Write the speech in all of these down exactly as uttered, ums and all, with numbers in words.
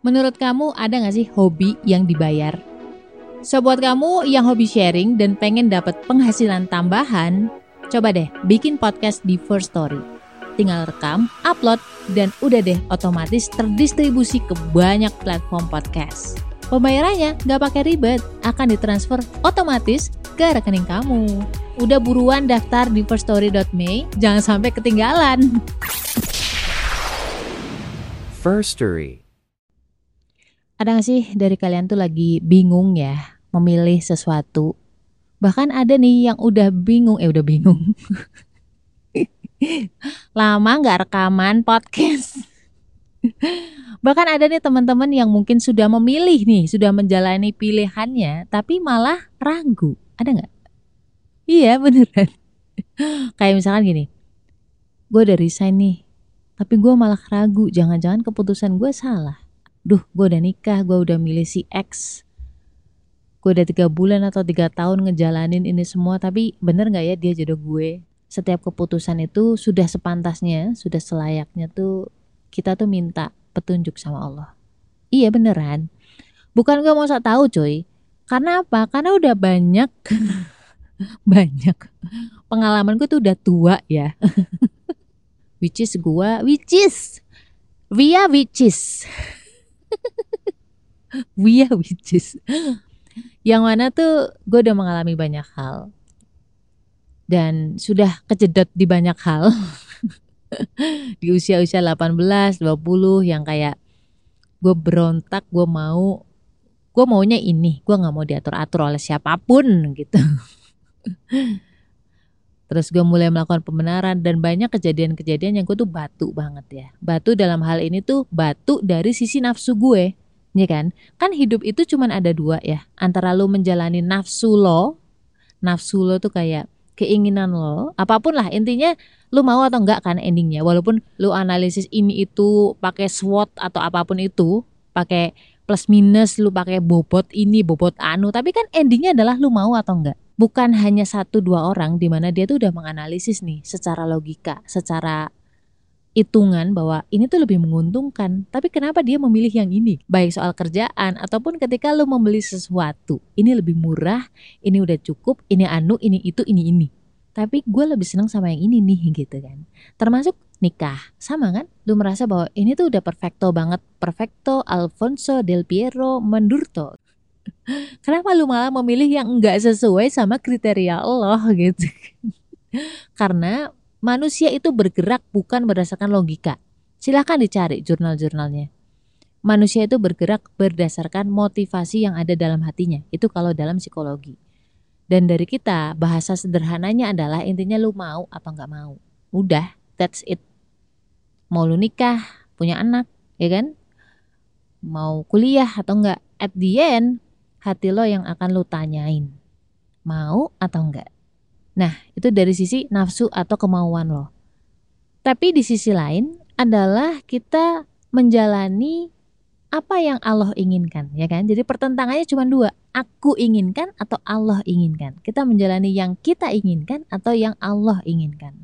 Menurut kamu ada gak sih hobi yang dibayar? So buat kamu yang hobi sharing dan pengen dapat penghasilan tambahan, coba deh bikin podcast di First Story. Tinggal rekam, upload, dan udah deh otomatis terdistribusi ke banyak platform podcast. Pembayarannya gak pakai ribet, akan ditransfer otomatis ke rekening kamu. Udah buruan daftar di first story dot me, jangan sampai ketinggalan. First Story. Ada gak sih dari kalian tuh lagi bingung ya memilih sesuatu? Bahkan ada nih yang udah bingung, eh udah bingung. Lama gak rekaman podcast. Bahkan ada nih teman-teman yang mungkin sudah memilih nih, sudah menjalani pilihannya, tapi malah ragu. Ada gak? Iya beneran. Kayak misalkan gini, gue udah resign nih, tapi gue malah ragu, jangan-jangan keputusan gue salah. Duh, gue udah nikah, gue udah milih si X, gue udah tiga bulan atau tiga tahun ngejalanin ini semua, tapi bener gak ya dia jodoh gue? Setiap keputusan itu sudah sepantasnya, sudah selayaknya tuh kita tuh minta petunjuk sama Allah. Iya beneran, bukan gue mau sok tahu cuy. Karena apa? Karena udah banyak banyak pengalaman gue tuh udah tua ya. Which is gue, which is via which is via which is yang mana tuh gue udah mengalami banyak hal dan sudah kejedot di banyak hal di usia-usia delapan belas, dua puluh yang kayak gue berontak, gue mau gue maunya ini, gue gak mau diatur-atur oleh siapapun gitu. Terus gue mulai melakukan pembenaran dan banyak kejadian-kejadian yang gue tuh batu banget ya. Batu dalam hal ini tuh batu dari sisi nafsu gue. Ya kan? Kan hidup itu cuman ada dua ya. Antara lu menjalani nafsu lo. Nafsu lo tuh kayak keinginan lo. Apapun lah intinya lu mau atau enggak kan endingnya. Walaupun lu analisis ini itu pakai SWOT atau apapun itu. Pakai plus minus, lu pakai bobot ini, bobot anu. Tapi kan endingnya adalah lu mau atau enggak. Bukan hanya satu dua orang di mana dia tuh udah menganalisis nih secara logika, secara hitungan bahwa ini tuh lebih menguntungkan. Tapi kenapa dia memilih yang ini? Baik soal kerjaan ataupun ketika lu membeli sesuatu. Ini lebih murah, ini udah cukup, ini anu, ini itu, ini ini. Tapi gue lebih senang sama yang ini nih gitu kan. Termasuk nikah, sama kan? Lu merasa bahwa ini tuh udah perfecto banget. Perfecto, Alfonso, Del Piero, Mendurto. Kenapa lu malah memilih yang enggak sesuai sama kriteria Allah gitu? Karena manusia itu bergerak bukan berdasarkan logika. Silahkan dicari jurnal-jurnalnya. Manusia itu bergerak berdasarkan motivasi yang ada dalam hatinya. Itu kalau dalam psikologi. Dan dari kita, bahasa sederhananya adalah intinya lu mau apa gak mau. Udah, that's it. Mau lu nikah, punya anak, ya kan? Mau kuliah atau enggak. At the end, hati lo yang akan lu tanyain. Mau atau enggak? Nah, itu dari sisi nafsu atau kemauan lo. Tapi di sisi lain adalah kita menjalani apa yang Allah inginkan, ya kan? Jadi pertentangannya cuma dua, aku inginkan atau Allah inginkan. Kita menjalani yang kita inginkan atau yang Allah inginkan.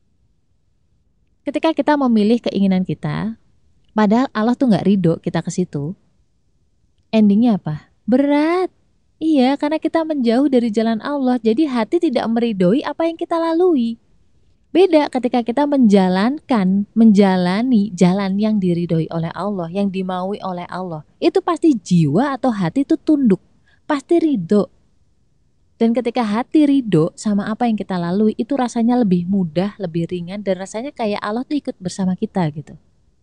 Ketika kita memilih keinginan kita, padahal Allah tuh nggak ridho kita ke situ, endingnya apa? Berat. Iya, karena kita menjauh dari jalan Allah, jadi hati tidak meridhoi apa yang kita lalui. Beda ketika kita menjalankan, menjalani jalan yang diridhoi oleh Allah, yang dimaui oleh Allah. Itu pasti jiwa atau hati itu tunduk, pasti ridho. Dan ketika hati ridho sama apa yang kita lalui, itu rasanya lebih mudah, lebih ringan, dan rasanya kayak Allah tuh ikut bersama kita gitu.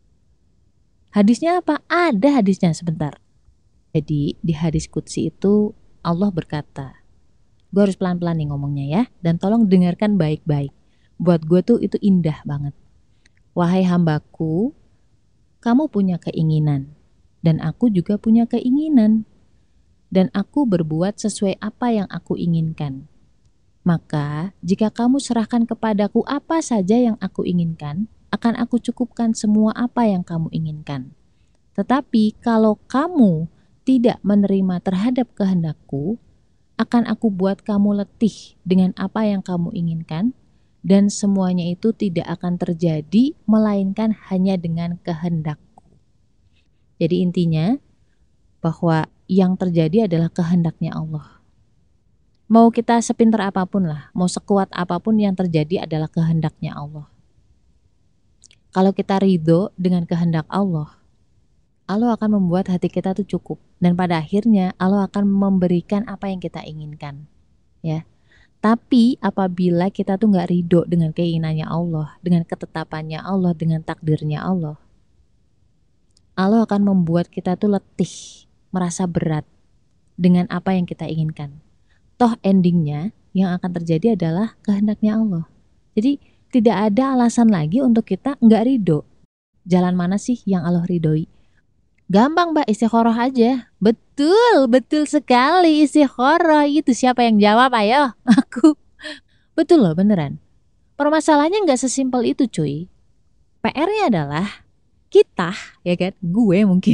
Hadisnya apa? Ada hadisnya sebentar. Jadi di hadis qudsi itu Allah berkata, gue harus pelan-pelan nih ngomongnya ya, dan tolong dengarkan baik-baik. Buat gue tuh itu indah banget. Wahai hambaku, kamu punya keinginan, dan aku juga punya keinginan. Dan aku berbuat sesuai apa yang aku inginkan. Maka jika kamu serahkan kepadaku apa saja yang aku inginkan, akan aku cukupkan semua apa yang kamu inginkan. Tetapi kalau kamu tidak menerima terhadap kehendakku, akan aku buat kamu letih dengan apa yang kamu inginkan, dan semuanya itu tidak akan terjadi melainkan hanya dengan kehendakku. Jadi intinya bahwa yang terjadi adalah kehendaknya Allah. Mau kita sepintar apapun lah, mau sekuat apapun, yang terjadi adalah kehendaknya Allah. Kalau kita ridho dengan kehendak Allah, Allah akan membuat hati kita tuh cukup. Dan pada akhirnya Allah akan memberikan apa yang kita inginkan. Ya. Tapi apabila kita tuh gak ridho dengan keinginannya Allah, dengan ketetapannya Allah, dengan takdirnya Allah, Allah akan membuat kita tuh letih, merasa berat dengan apa yang kita inginkan. Toh endingnya yang akan terjadi adalah kehendaknya Allah. Jadi tidak ada alasan lagi untuk kita nggak ridho. Jalan mana sih yang Allah ridhoi? Gampang mbak, istikharah aja. Betul, betul sekali istikharah. Itu siapa yang jawab? Ayo, aku. Betul loh, beneran. Permasalahannya nggak sesimpel itu cuy. P R-nya adalah kita, ya kan, gue mungkin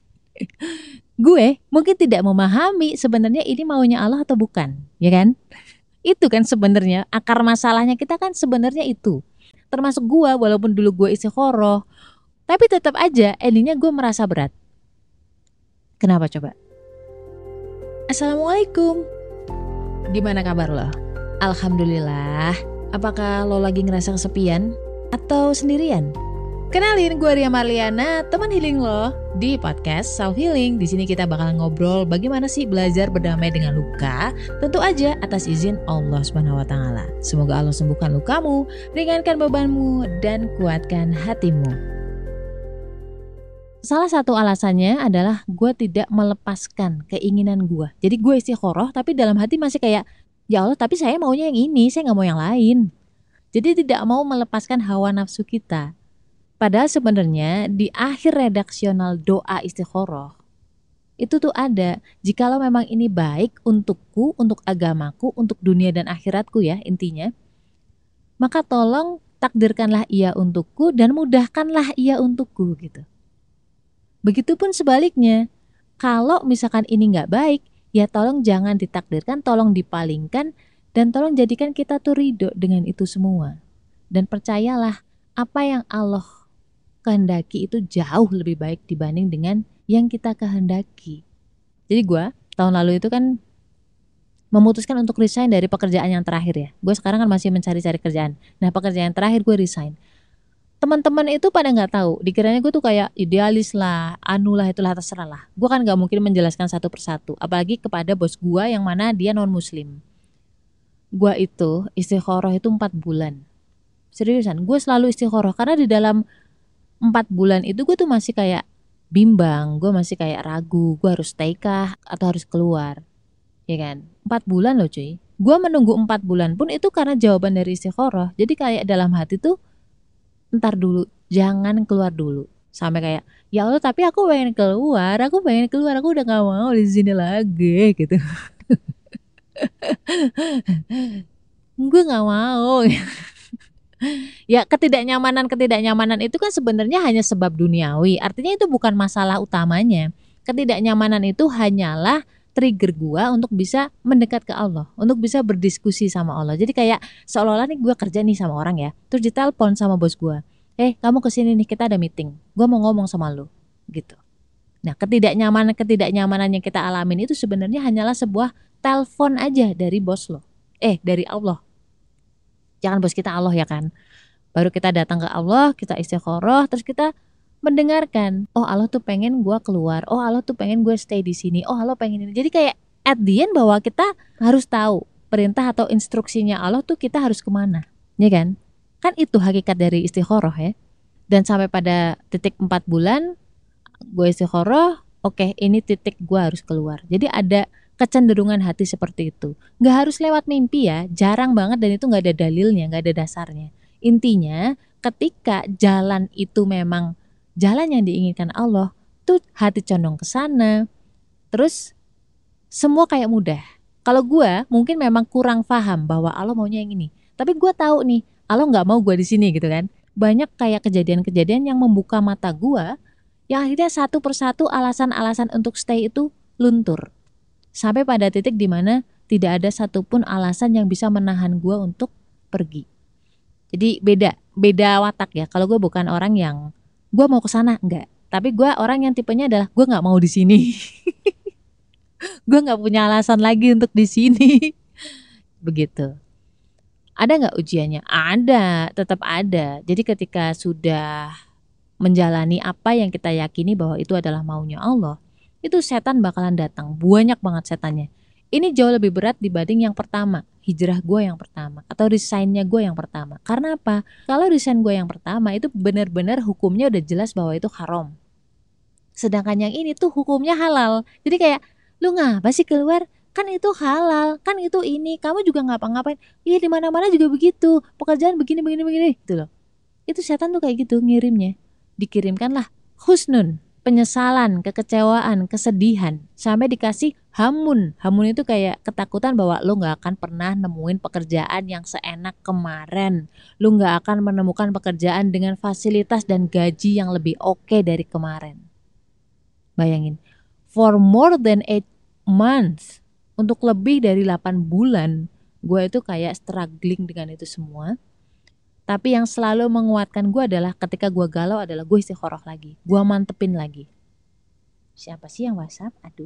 gue mungkin tidak memahami sebenarnya ini maunya Allah atau bukan, ya kan? Itu kan sebenarnya akar masalahnya kita kan sebenarnya itu. Termasuk gue, walaupun dulu gue istikharah, tapi tetap aja endingnya gue merasa berat. Kenapa coba? Assalamualaikum. Gimana kabar lo? Alhamdulillah. Apakah lo lagi ngerasa kesepian atau sendirian? Kenalin, gue Ria Marliana, teman healing lo di podcast Self Healing. Di sini kita bakal ngobrol bagaimana sih belajar berdamai dengan luka, tentu aja atas izin Allah Subhanahu wa taala. Semoga Allah sembuhkan lukamu, ringankan bebanmu, dan kuatkan hatimu. Salah satu alasannya adalah gue tidak melepaskan keinginan gue. Jadi gue istikharah tapi dalam hati masih kayak, ya Allah tapi saya maunya yang ini, saya gak mau yang lain. Jadi tidak mau melepaskan hawa nafsu kita. Padahal sebenarnya di akhir redaksional doa istikharah itu tuh ada, jikalau memang ini baik untukku, untuk agamaku, untuk dunia dan akhiratku ya intinya, maka tolong takdirkanlah ia untukku dan mudahkanlah ia untukku gitu. Begitupun sebaliknya, kalau misalkan ini nggak baik, ya tolong jangan ditakdirkan, tolong dipalingkan, dan tolong jadikan kita tuh ridho dengan itu semua. Dan percayalah, apa yang Allah kehendaki itu jauh lebih baik dibanding dengan yang kita kehendaki. Jadi gue tahun lalu itu kan memutuskan untuk resign dari pekerjaan yang terakhir ya. Gue sekarang kan masih mencari-cari kerjaan. Nah pekerjaan yang terakhir gue resign. Teman-teman itu pada nggak tahu, dikiranya gue tuh kayak idealis lah, anu lah, itulah, terserah lah. Gue kan nggak mungkin menjelaskan satu persatu, apalagi kepada bos gue yang mana dia non muslim. Gue itu istikharah itu empat bulan. Seriusan, gue selalu istikharah karena di dalam empat bulan itu gue tuh masih kayak bimbang, gue masih kayak ragu, gue harus stay kah atau harus keluar, ya kan? Empat bulan loh cuy. Gue menunggu empat bulan pun itu karena jawaban dari istikharah. Jadi kayak dalam hati tuh, ntar dulu, jangan keluar dulu. Sampai kayak, ya Allah tapi aku pengen keluar, aku pengen keluar, aku udah gak mau di sini lagi gitu. Gue gak mau. Ya ketidaknyamanan-ketidaknyamanan itu kan sebenarnya hanya sebab duniawi. Artinya itu bukan masalah utamanya. Ketidaknyamanan itu hanyalah trigger gua untuk bisa mendekat ke Allah, untuk bisa berdiskusi sama Allah. Jadi kayak seolah-olah nih gua kerja nih sama orang ya, terus ditelepon sama bos gua, eh kamu kesini nih, kita ada meeting, gua mau ngomong sama lu gitu. Nah ketidaknyamanan ketidaknyamanan yang kita alamin itu sebenarnya hanyalah sebuah telepon aja dari bos lo, eh dari Allah. Jangan bos kita Allah ya kan. Baru kita datang ke Allah, kita istikharah, terus kita mendengarkan, oh Allah tuh pengen gue keluar, oh Allah tuh pengen gue stay di sini, oh Allah pengen ini. Jadi kayak at the end bahwa kita harus tahu perintah atau instruksinya Allah tuh kita harus kemana, ya kan? Kan itu hakikat dari istikharah ya. Dan sampai pada titik empat bulan gue istikharah, oke okay, ini titik gue harus keluar. Jadi ada kecenderungan hati seperti itu. Gak harus lewat mimpi ya, jarang banget, dan itu gak ada dalilnya, gak ada dasarnya. Intinya ketika jalan itu memang jalan yang diinginkan Allah, tuh hati condong ke sana. Terus semua kayak mudah. Kalau gue mungkin memang kurang paham bahwa Allah maunya yang ini. Tapi gue tahu nih, Allah nggak mau gue di sini gitu kan. Banyak kayak kejadian-kejadian yang membuka mata gue, yang akhirnya satu persatu alasan-alasan untuk stay itu luntur. Sampai pada titik dimana tidak ada satupun alasan yang bisa menahan gue untuk pergi. Jadi beda, beda watak ya. Kalau gue bukan orang yang gue mau ke sana, enggak. Tapi gue orang yang tipenya adalah gue nggak mau di sini. Gue nggak punya alasan lagi untuk di sini. Begitu. Ada nggak ujiannya? Ada, tetap ada. Jadi ketika sudah menjalani apa yang kita yakini bahwa itu adalah maunya Allah, itu setan bakalan datang. Banyak banget setannya. Ini jauh lebih berat dibanding yang pertama, hijrah gue yang pertama, atau resignnya gue yang pertama. Karena apa? Kalau resign gue yang pertama itu benar-benar hukumnya udah jelas bahwa itu haram. Sedangkan yang ini tuh hukumnya halal. Jadi kayak, lu ngapa sih keluar? Kan itu halal, kan itu ini, kamu juga ngapa-ngapain. Iya di mana-mana juga begitu, pekerjaan begini begini begini, gitu loh. Itu setan tuh kayak gitu ngirimnya. Dikirimkanlah husnun, penyesalan, kekecewaan, kesedihan, sampai dikasih hamun. Hamun itu kayak ketakutan bahwa lu nggak akan pernah nemuin pekerjaan yang seenak kemarin. Lu nggak akan menemukan pekerjaan dengan fasilitas dan gaji yang lebih oke dari kemarin. Bayangin, for more than eight months, untuk lebih dari delapan bulan, gue itu kayak struggling dengan itu semua. Tapi yang selalu menguatkan gue adalah ketika gue galau adalah gue istikharah lagi. Gue mantepin lagi. Siapa sih yang WhatsApp? Aduh.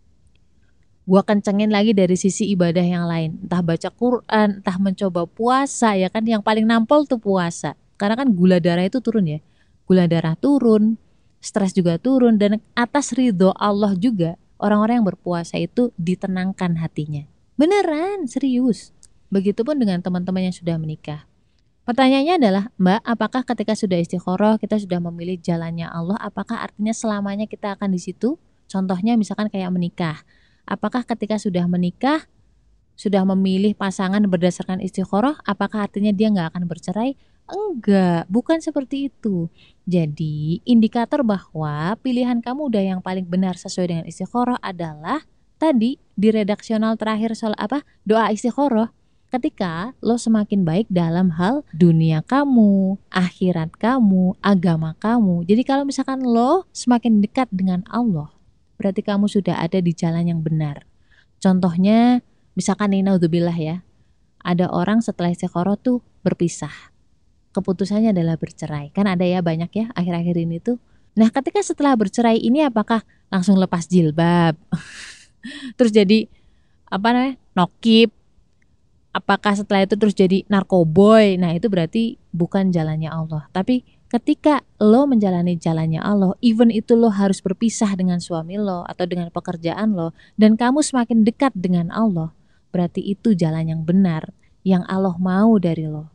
Gue kencengin lagi dari sisi ibadah yang lain. Entah baca Quran, entah mencoba puasa, ya kan. Yang paling nampol tuh puasa. Karena kan gula darah itu turun ya. Gula darah turun, stres juga turun. Dan atas ridho Allah juga, orang-orang yang berpuasa itu ditenangkan hatinya. Beneran, serius. Begitupun dengan teman-teman yang sudah menikah. Pertanyaannya adalah, Mbak, apakah ketika sudah istikharah, kita sudah memilih jalannya Allah, apakah artinya selamanya kita akan di situ? Contohnya misalkan kayak menikah. Apakah ketika sudah menikah, sudah memilih pasangan berdasarkan istikharah, apakah artinya dia nggak akan bercerai? Enggak, bukan seperti itu. Jadi, indikator bahwa pilihan kamu udah yang paling benar sesuai dengan istikharah adalah tadi di redaksional terakhir soal apa? Doa istikharah. Ketika lo semakin baik dalam hal dunia kamu, akhirat kamu, agama kamu. Jadi kalau misalkan lo semakin dekat dengan Allah, berarti kamu sudah ada di jalan yang benar. Contohnya, misalkan ini naudzubillah ya, ada orang setelah istikharah tuh berpisah. Keputusannya adalah bercerai. Kan ada ya banyak ya akhir-akhir ini tuh. Nah ketika setelah bercerai ini apakah langsung lepas jilbab? Terus jadi apa namanya? Nokip? Apakah setelah itu terus jadi narkoboy? Nah itu berarti bukan jalannya Allah. Tapi ketika lo menjalani jalannya Allah, even itu lo harus berpisah dengan suami lo atau dengan pekerjaan lo, dan kamu semakin dekat dengan Allah, berarti itu jalan yang benar, yang Allah mau dari lo,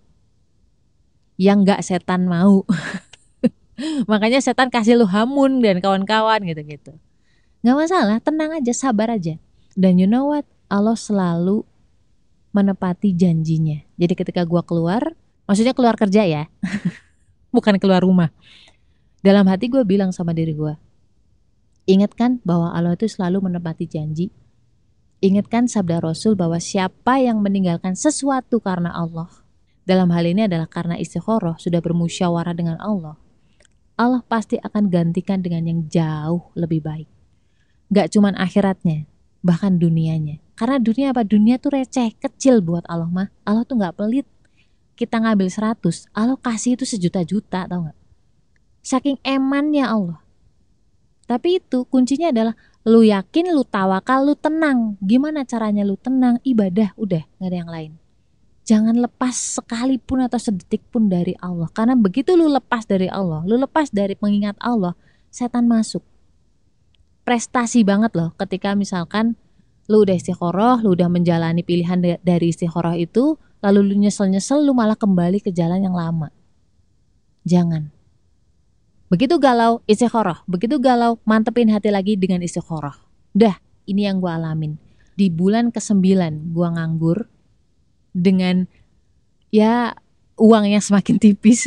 yang gak setan mau. Makanya setan kasih lo hamun dan kawan-kawan gitu-gitu. Gak masalah, tenang aja, sabar aja. Dan you know what? Allah selalu menepati janjinya. Jadi ketika gua keluar, maksudnya keluar kerja ya, bukan keluar rumah. Dalam hati gue bilang sama diri gue, ingatkan bahwa Allah itu selalu menepati janji. Ingatkan sabda Rasul bahwa siapa yang meninggalkan sesuatu karena Allah, dalam hal ini adalah karena istikharah, sudah bermusyawarah dengan Allah, Allah pasti akan gantikan dengan yang jauh lebih baik. Gak cuman akhiratnya, bahkan dunianya. Karena dunia apa? Dunia tuh receh, kecil buat Allah mah. Allah tuh gak pelit. Kita ngambil seratus, Allah kasih itu sejuta-juta, tau gak? Saking emannya Allah. Tapi itu kuncinya adalah lu yakin, lu tawakal, lu tenang. Gimana caranya lu tenang? Ibadah, udah gak ada yang lain. Jangan lepas sekalipun atau sedetik pun dari Allah. Karena begitu lu lepas dari Allah, lu lepas dari pengingat Allah, setan masuk. Prestasi banget loh ketika misalkan lu udah istikharah, lu udah menjalani pilihan dari istikharah itu, lalu lu nyesel-nyesel, lu malah kembali ke jalan yang lama. Jangan. Begitu galau, istikharah. Begitu galau, mantepin hati lagi dengan istikharah. Dah, ini yang gue alamin. Di bulan kesembilan gue nganggur dengan ya uang yang semakin tipis.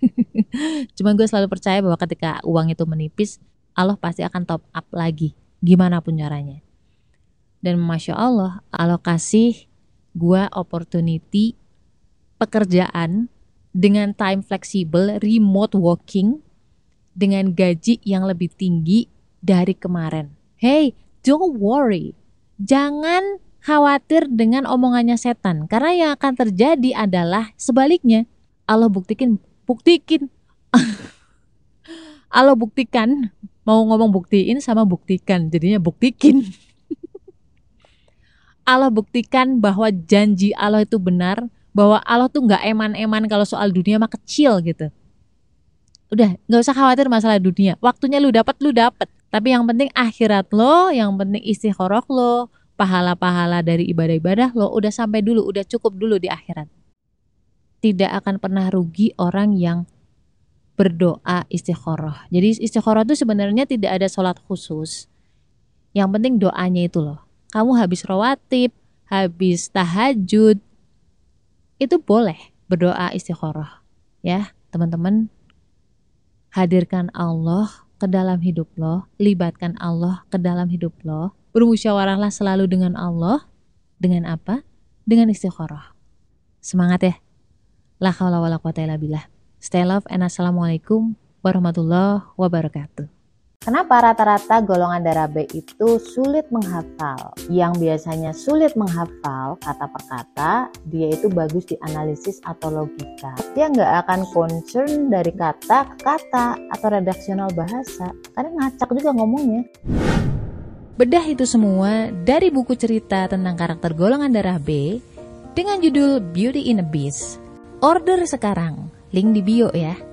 Cuma gue selalu percaya bahwa ketika uang itu menipis, Allah pasti akan top up lagi, gimana pun caranya. Dan Masya Allah, Allah kasih gue opportunity pekerjaan dengan time flexible, remote working, dengan gaji yang lebih tinggi dari kemarin. Hey, don't worry. Jangan khawatir dengan omongannya setan. Karena yang akan terjadi adalah sebaliknya. Allah buktikin, buktikin. Allah buktikan, mau ngomong buktiin sama buktikan, jadinya buktikin. Allah buktikan bahwa janji Allah itu benar, bahwa Allah tuh nggak eman-eman kalau soal dunia mah kecil gitu. Udah, nggak usah khawatir masalah dunia. Waktunya lu dapat, lu dapat. Tapi yang penting akhirat lo, yang penting istikharah lo, pahala-pahala dari ibadah-ibadah lo udah sampai dulu, udah cukup dulu di akhirat. Tidak akan pernah rugi orang yang berdoa istikharah. Jadi istikharah itu sebenarnya tidak ada sholat khusus. Yang penting doanya itu loh. Kamu habis rawatib, habis tahajud, itu boleh berdoa istikharah. Ya, teman-teman, hadirkan Allah ke dalam hidup lo, libatkan Allah ke dalam hidup lo. Bermusyawarahlah selalu dengan Allah. Dengan apa? Dengan istikharah. Semangat ya. La haula wala quwata illa billah. Stay love and assalamualaikum warahmatullahi wabarakatuh. Kenapa rata-rata golongan darah B itu sulit menghafal? Yang biasanya sulit menghafal kata per kata, dia itu bagus di analisis atau logika. Dia nggak akan concern dari kata ke kata atau redaksional bahasa, karena ngacak juga ngomongnya. Bedah itu semua dari buku cerita tentang karakter golongan darah B dengan judul Beauty in a Beast. Order sekarang, link di bio ya.